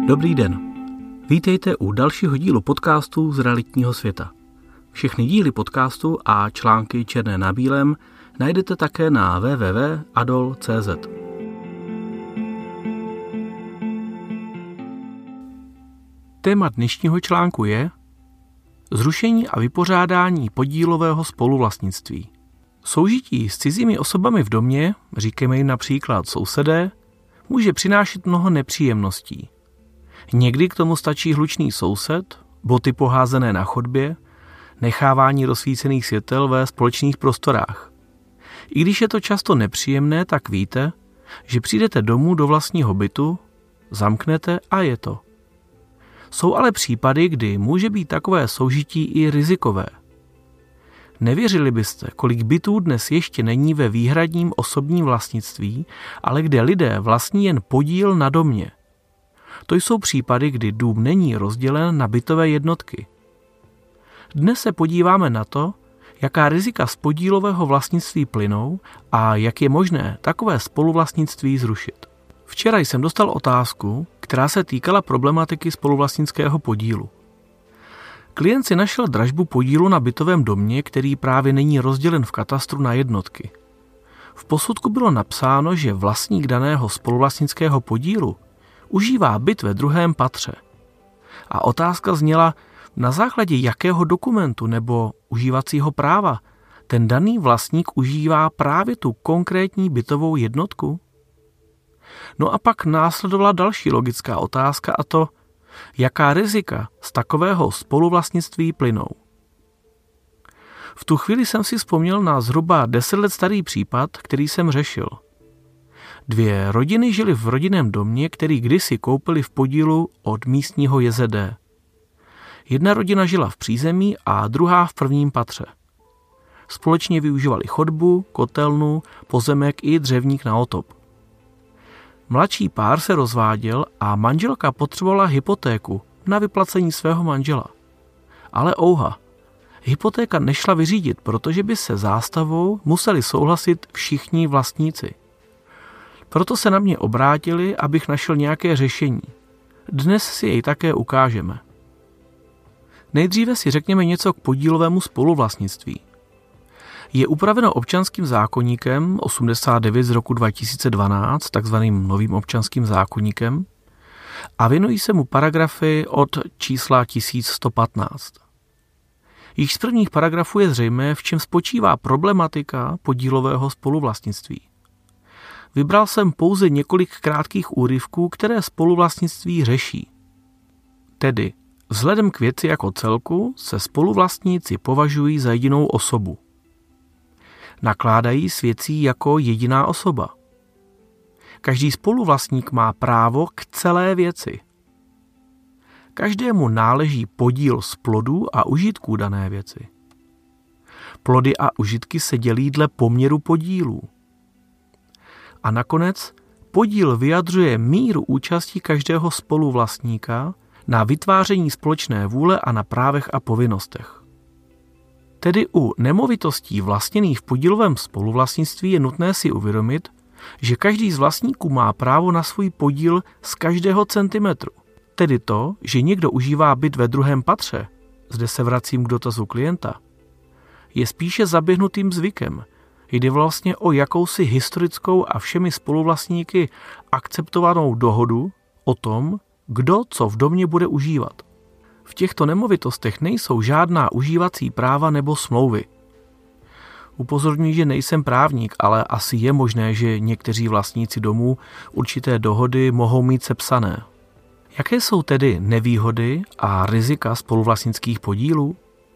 Dobrý den. Vítejte u dalšího dílu podcastu z realitního světa. Všechny díly podcastu a články černé na bílém najdete také na www.adol.cz. Téma dnešního článku je zrušení a vypořádání podílového spoluvlastnictví. Soužití s cizími osobami v domě, říkáme jim například sousedé, může přinášet mnoho nepříjemností. Někdy k tomu stačí hlučný soused, boty poházené na chodbě, nechávání rozsvícených světel ve společných prostorách. I když je to často nepříjemné, tak víte, že přijdete domů do vlastního bytu, zamknete a je to. Jsou ale případy, kdy může být takové soužití i rizikové. Nevěřili byste, kolik bytů dnes ještě není ve výhradním osobním vlastnictví, ale kde lidé vlastní jen podíl na domě. To jsou případy, kdy dům není rozdělen na bytové jednotky. Dnes se podíváme na to, jaká rizika z podílového vlastnictví plynou a jak je možné takové spoluvlastnictví zrušit. Včera jsem dostal otázku, která se týkala problematiky spoluvlastnického podílu. Klient si našel dražbu podílu na bytovém domě, který právě není rozdělen v katastru na jednotky. V posudku bylo napsáno, že vlastník daného spoluvlastnického podílu užívá byt ve druhém patře. A otázka zněla, na základě jakého dokumentu nebo užívacího práva ten daný vlastník užívá právě tu konkrétní bytovou jednotku? No a pak následovala další logická otázka, a to, jaká rizika z takového spoluvlastnictví plynou. V tu chvíli jsem si vzpomněl na zhruba 10 let starý případ, který jsem řešil. 2 rodiny žily v rodinném domě, který kdysi koupili v podílu od místního JZD. Jedna rodina žila v přízemí a druhá v prvním patře. Společně využívali chodbu, kotelnu, pozemek i dřevník na otop. Mladší pár se rozváděl a manželka potřebovala hypotéku na vyplacení svého manžela. Ale ouha, hypotéka nešla vyřídit, protože by se zástavou museli souhlasit všichni vlastníci. Proto se na mě obrátili, abych našel nějaké řešení. Dnes si jej také ukážeme. Nejdříve si řekněme něco k podílovému spoluvlastnictví. Je upraveno občanským zákoníkem 89 z roku 2012, takzvaným novým občanským zákoníkem, a věnují se mu paragrafy od čísla 1115. Již z prvních paragrafů je zřejmé, v čem spočívá problematika podílového spoluvlastnictví. Vybral jsem pouze několik krátkých úryvků, které spoluvlastnictví řeší. Tedy, vzhledem k věci jako celku se spoluvlastníci považují za jedinou osobu. Nakládají s věcí jako jediná osoba. Každý spoluvlastník má právo k celé věci. Každému náleží podíl z plodů a užitků dané věci. Plody a užitky se dělí dle poměru podílů. A nakonec podíl vyjadřuje míru účasti každého spoluvlastníka na vytváření společné vůle a na právech a povinnostech. Tedy u nemovitostí vlastněných v podílovém spoluvlastnictví je nutné si uvědomit, že každý z vlastníků má právo na svůj podíl z každého centimetru. Tedy to, že někdo užívá byt ve druhém patře, zde se vracím k dotazu klienta, je spíše zaběhnutým zvykem. Jde vlastně o jakousi historickou a všemi spoluvlastníky akceptovanou dohodu o tom, kdo co v domě bude užívat. V těchto nemovitostech nejsou žádná užívací práva nebo smlouvy. Upozorňuji, že nejsem právník, ale asi je možné, že někteří vlastníci domů určité dohody mohou mít sepsané. Jaké jsou tedy nevýhody a rizika spoluvlastnických podílů?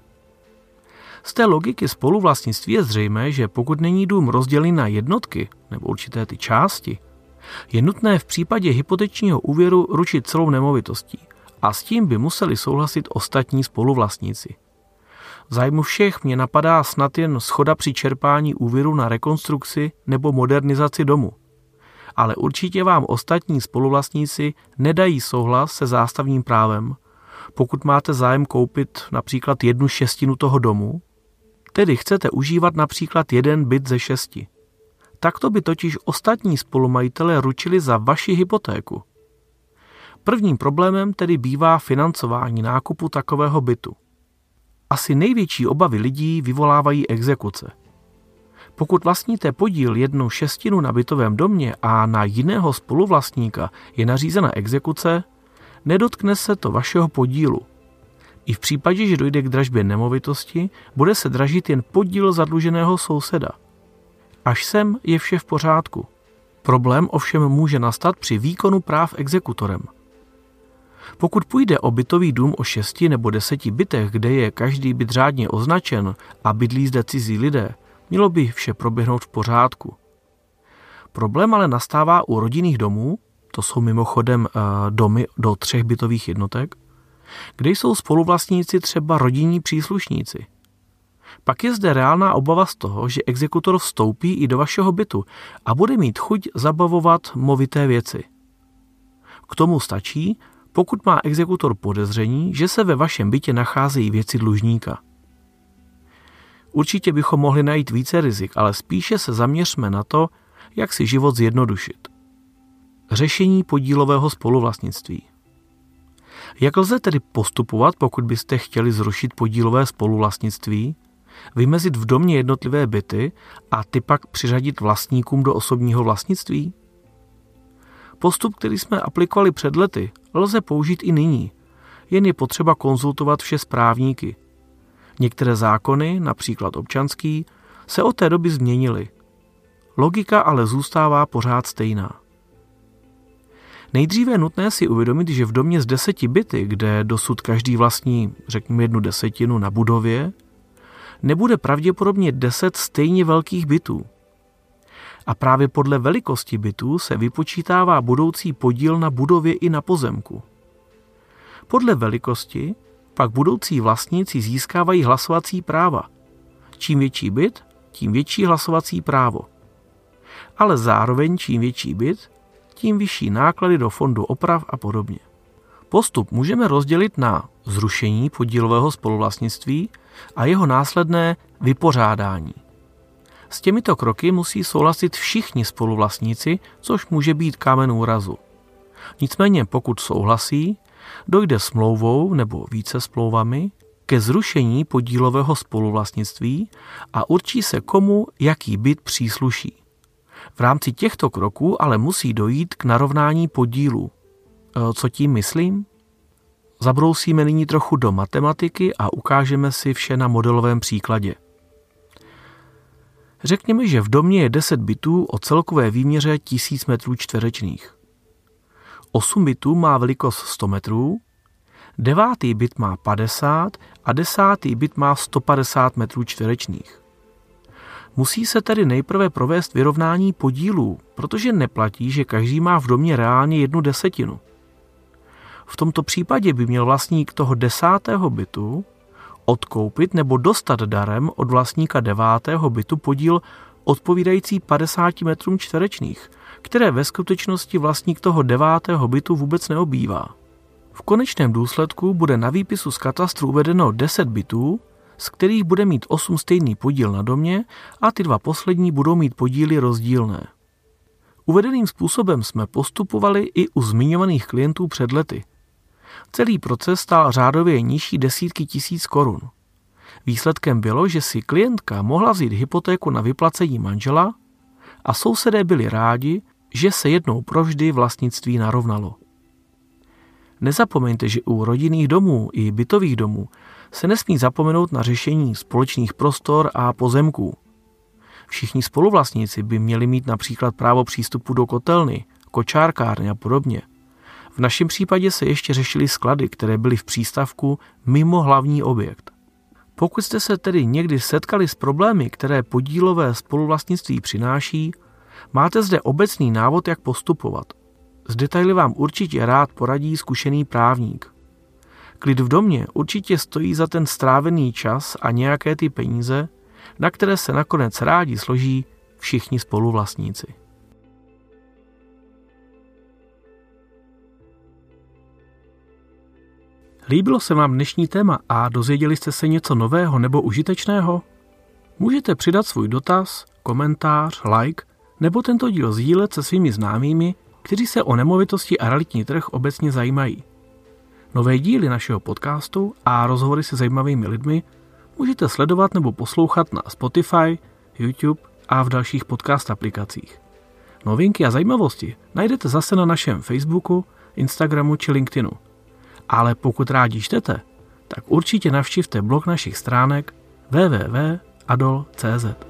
Z té logiky spoluvlastnictví je zřejmé, že pokud není dům rozdělený na jednotky nebo určité ty části, je nutné v případě hypotečního úvěru ručit celou nemovitostí a s tím by museli souhlasit ostatní spoluvlastníci. V zájmu všech mě napadá snad jen shoda při čerpání úvěru na rekonstrukci nebo modernizaci domu. Ale určitě vám ostatní spoluvlastníci nedají souhlas se zástavním právem, pokud máte zájem koupit například 1/6 toho domu, tedy chcete užívat například 1 byt ze 6. Takto by totiž ostatní spolumajitelé ručili za vaši hypotéku. Prvním problémem tedy bývá financování nákupu takového bytu. Asi největší obavy lidí vyvolávají exekuce. Pokud vlastníte podíl 1/6 na bytovém domě a na jiného spoluvlastníka je nařízena exekuce, nedotkne se to vašeho podílu. I v případě, že dojde k dražbě nemovitosti, bude se dražit jen podíl zadluženého souseda. Až sem je vše v pořádku. Problém ovšem může nastat při výkonu práv exekutorem. Pokud půjde o bytový dům o 6 nebo 10 bytech, kde je každý byt řádně označen a bydlí zde cizí lidé, mělo by vše proběhnout v pořádku. Problém ale nastává u rodinných domů, to jsou mimochodem domy do 3 bytových jednotek, kde jsou spoluvlastníci třeba rodinní příslušníci. Pak je zde reálná obava z toho, že exekutor vstoupí i do vašeho bytu a bude mít chuť zabavovat movité věci. K tomu stačí, pokud má exekutor podezření, že se ve vašem bytě nacházejí věci dlužníka. Určitě bychom mohli najít více rizik, ale spíše se zaměřme na to, jak si život zjednodušit. Řešení podílového spoluvlastnictví. Jak lze tedy postupovat, pokud byste chtěli zrušit podílové spoluvlastnictví, vymezit v domě jednotlivé byty a ty pak přiřadit vlastníkům do osobního vlastnictví? Postup, který jsme aplikovali před lety, lze použít i nyní, jen je potřeba konzultovat vše s právníky. Některé zákony, například občanský, se od té doby změnily. Logika ale zůstává pořád stejná. Nejdříve je nutné si uvědomit, že v domě s 10 byty, kde dosud každý vlastní, řekněme 1/10 na budově, nebude pravděpodobně 10 stejně velkých bytů. A právě podle velikosti bytů se vypočítává budoucí podíl na budově i na pozemku. Podle velikosti pak budoucí vlastníci získávají hlasovací práva. Čím větší byt, tím větší hlasovací právo. Ale zároveň čím větší byt, tím vyšší náklady do fondu oprav a podobně. Postup můžeme rozdělit na zrušení podílového spoluvlastnictví a jeho následné vypořádání. S těmito kroky musí souhlasit všichni spoluvlastníci, což může být kámen úrazu. Nicméně pokud souhlasí, dojde smlouvou nebo více smlouvami ke zrušení podílového spoluvlastnictví a určí se, komu jaký byt přísluší. V rámci těchto kroků ale musí dojít k narovnání podílů. Co tím myslím? Zabrousíme nyní trochu do matematiky a ukážeme si vše na modelovém příkladě. Řekněme, že v domě je 10 bytů o celkové výměře 1000 m². 8 bytů má velikost 100 metrů, 9. byt má 50 a 10. byt má 150 m². Musí se tedy nejprve provést vyrovnání podílů, protože neplatí, že každý má v domě reálně 1/10. V tomto případě by měl vlastník toho 10. bytu odkoupit nebo dostat darem od vlastníka 9. bytu podíl odpovídající 50 m², které ve skutečnosti vlastník toho 9. bytu vůbec neobývá. V konečném důsledku bude na výpisu z katastru uvedeno 10 bytů, z kterých bude mít 8 stejný podíl na domě a ty 2 poslední budou mít podíly rozdílné. Uvedeným způsobem jsme postupovali i u zmiňovaných klientů před lety. Celý proces stál řádově nižší desítky tisíc korun. Výsledkem bylo, že si klientka mohla vzít hypotéku na vyplacení manžela a sousedé byli rádi, že se jednou provždy vlastnictví narovnalo. Nezapomeňte, že u rodinných domů i bytových domů se nesmí zapomenout na řešení společných prostor a pozemků. Všichni spoluvlastníci by měli mít například právo přístupu do kotelny, kočárkárny a podobně. V našem případě se ještě řešily sklady, které byly v přístavku mimo hlavní objekt. Pokud jste se tedy někdy setkali s problémy, které podílové spoluvlastnictví přináší, máte zde obecný návod, jak postupovat. S detaily vám určitě rád poradí zkušený právník. Klid v domě určitě stojí za ten strávený čas a nějaké ty peníze, na které se nakonec rádi složí všichni spoluvlastníci. Líbilo se vám dnešní téma a dozvěděli jste se něco nového nebo užitečného? Můžete přidat svůj dotaz, komentář, like nebo tento díl sdílet se svými známými, kteří se o nemovitosti a realitní trh obecně zajímají. Nové díly našeho podcastu a rozhovory se zajímavými lidmi můžete sledovat nebo poslouchat na Spotify, YouTube a v dalších podcast aplikacích. Novinky a zajímavosti najdete zase na našem Facebooku, Instagramu či LinkedInu. Ale pokud rádi čtete, tak určitě navštivte blog našich stránek www.adol.cz.